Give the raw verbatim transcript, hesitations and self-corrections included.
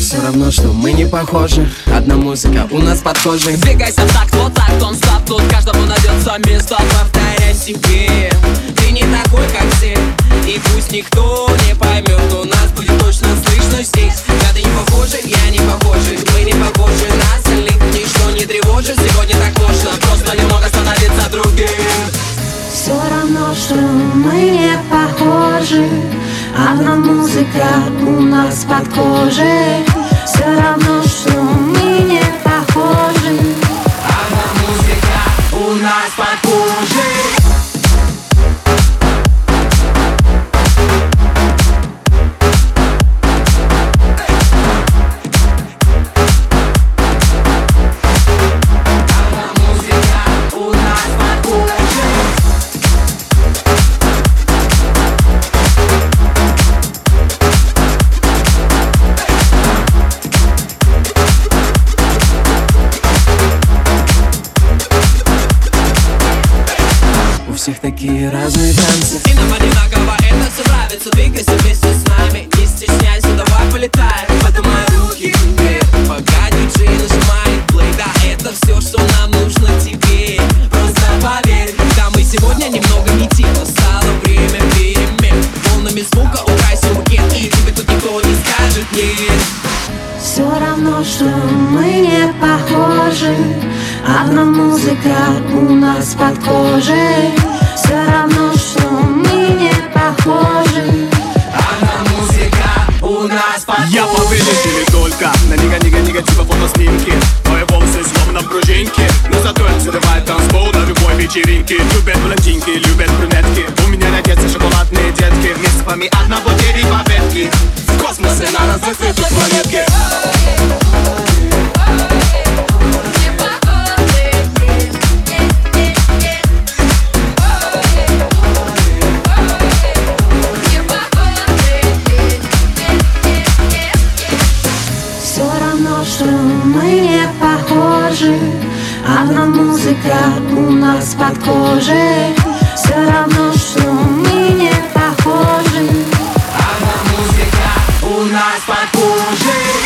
Все равно, что мы не похожи, одна музыка у нас под кожей. Двигайся в такт, вот так, он стоп, тут каждому найдется место. Повторяй себе, ты не такой, как все. И пусть никто не поймет, у нас будет точно слышно здесь. Да ты не похожи, я не похожи, мы не похожи на остальных. Ничто не тревожит, сегодня так можно просто немного становиться другим. Все равно, что мы не похожи, одна музыка у нас под кожей. Все равно, что мы не похожи, одна музыка у нас под кожей. У всех такие разные танцы. И нам одинаково это все нравится. Двигайся вместе с нами, не стесняйся, давай полетаем. Поднимай руки вверх, пока диджей нажимает плей. Да, это все, что нам нужно теперь. Просто поверь, когда мы сегодня немного не те, настало время перемен. Волнами звука украсим букет, и тебе тут никто не скажет нет. все равно, что мы не похожи, одна музыка у нас под кожей. Все равно, что мы не похожи, одна музыка у нас под кожей. Я повелитель только на нига-нига-нига типа фотоснимки. Мои волосы словно пружинки, но зато отсюдывает танцпол на любой вечеринке. Любят блондинки, любят брюнетки, у меня родятся шоколадные детки. Вместе с вами одного дерева ветки, в космосе на разных цветах планетки. все равно, что мы не похожи, одна музыка у нас под кожей. Все равно, что мы не похожи, одна музыка у нас под кожей.